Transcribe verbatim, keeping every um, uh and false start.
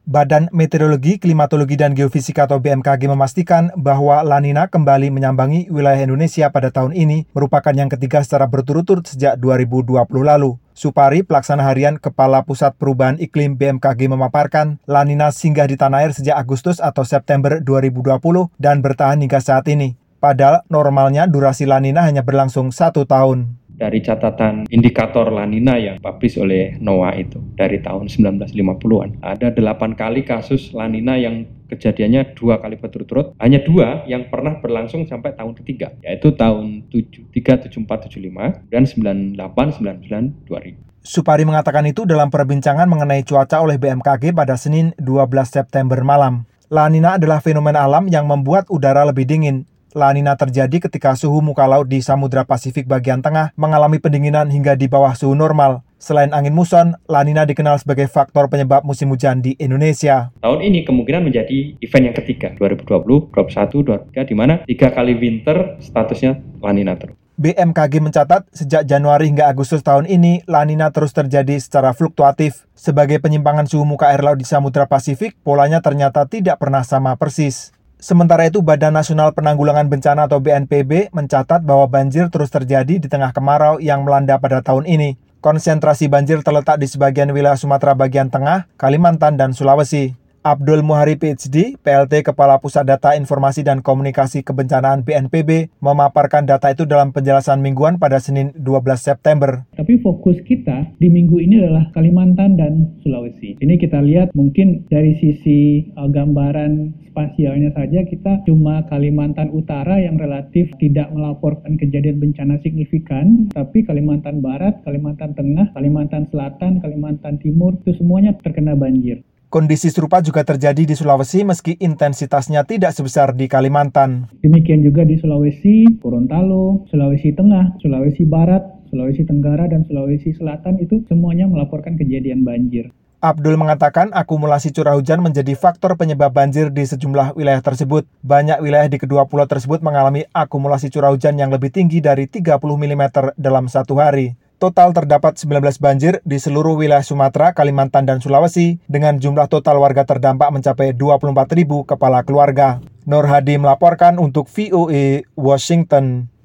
Badan Meteorologi, Klimatologi, dan Geofisika atau B M K G memastikan bahwa La Nina kembali menyambangi wilayah Indonesia pada tahun ini merupakan yang ketiga secara berturut-turut sejak dua ribu dua puluh lalu. Supari, pelaksana harian Kepala Pusat Perubahan Iklim B M K G memaparkan, La Nina singgah di tanah air sejak Agustus atau September dua ribu dua puluh dan bertahan hingga saat ini. Padahal normalnya durasi La Nina hanya berlangsung satu tahun. Dari catatan indikator La Nina yang dipublish oleh NOAA itu dari tahun sembilan belas lima puluhan, ada delapan kali kasus La Nina yang kejadiannya dua kali berturut-turut, hanya dua yang pernah berlangsung sampai tahun ketiga, yaitu tahun tujuh tiga, tujuh empat, tujuh lima dan sembilan delapan, sembilan sembilan, dua ribu. Supari mengatakan itu dalam perbincangan mengenai cuaca oleh B M K G pada Senin dua belas September malam. La Nina adalah fenomena alam yang membuat udara lebih dingin. La Nina terjadi ketika suhu muka laut di Samudra Pasifik bagian tengah mengalami pendinginan hingga di bawah suhu normal. Selain angin muson, La Nina dikenal sebagai faktor penyebab musim hujan di Indonesia. Tahun ini kemungkinan menjadi event yang ketiga, dua ribu dua puluh, dua ribu dua puluh satu, dua ribu dua puluh tiga, di mana tiga kali winter statusnya La Nina terus. B M K G mencatat sejak Januari hingga Agustus tahun ini, La Nina terus terjadi secara fluktuatif. Sebagai penyimpangan suhu muka air laut di Samudra Pasifik, polanya ternyata tidak pernah sama persis. Sementara itu, Badan Nasional Penanggulangan Bencana atau B N P B mencatat bahwa banjir terus terjadi di tengah kemarau yang melanda pada tahun ini. Konsentrasi banjir terletak di sebagian wilayah Sumatera bagian tengah, Kalimantan, dan Sulawesi. Abdul Muhari P H D, P L T Kepala Pusat Data Informasi dan Komunikasi Kebencanaan B N P B, memaparkan data itu dalam penjelasan mingguan pada Senin dua belas September. Tapi fokus kita di minggu ini adalah Kalimantan dan Sulawesi. Ini kita lihat mungkin dari sisi uh, gambaran spasialnya saja kita cuma Kalimantan Utara yang relatif tidak melaporkan kejadian bencana signifikan, tapi Kalimantan Barat, Kalimantan Tengah, Kalimantan Selatan, Kalimantan Timur itu semuanya terkena banjir. Kondisi serupa juga terjadi di Sulawesi meski intensitasnya tidak sebesar di Kalimantan. Demikian juga di Sulawesi, Gorontalo, Sulawesi Tengah, Sulawesi Barat, Sulawesi Tenggara, dan Sulawesi Selatan itu semuanya melaporkan kejadian banjir. Abdul mengatakan akumulasi curah hujan menjadi faktor penyebab banjir di sejumlah wilayah tersebut. Banyak wilayah di kedua pulau tersebut mengalami akumulasi curah hujan yang lebih tinggi dari tiga puluh milimeter dalam satu hari. Total terdapat sembilan belas banjir di seluruh wilayah Sumatera, Kalimantan, dan Sulawesi dengan jumlah total warga terdampak mencapai dua puluh empat ribu kepala keluarga. Nur Hadi melaporkan untuk V O A Washington.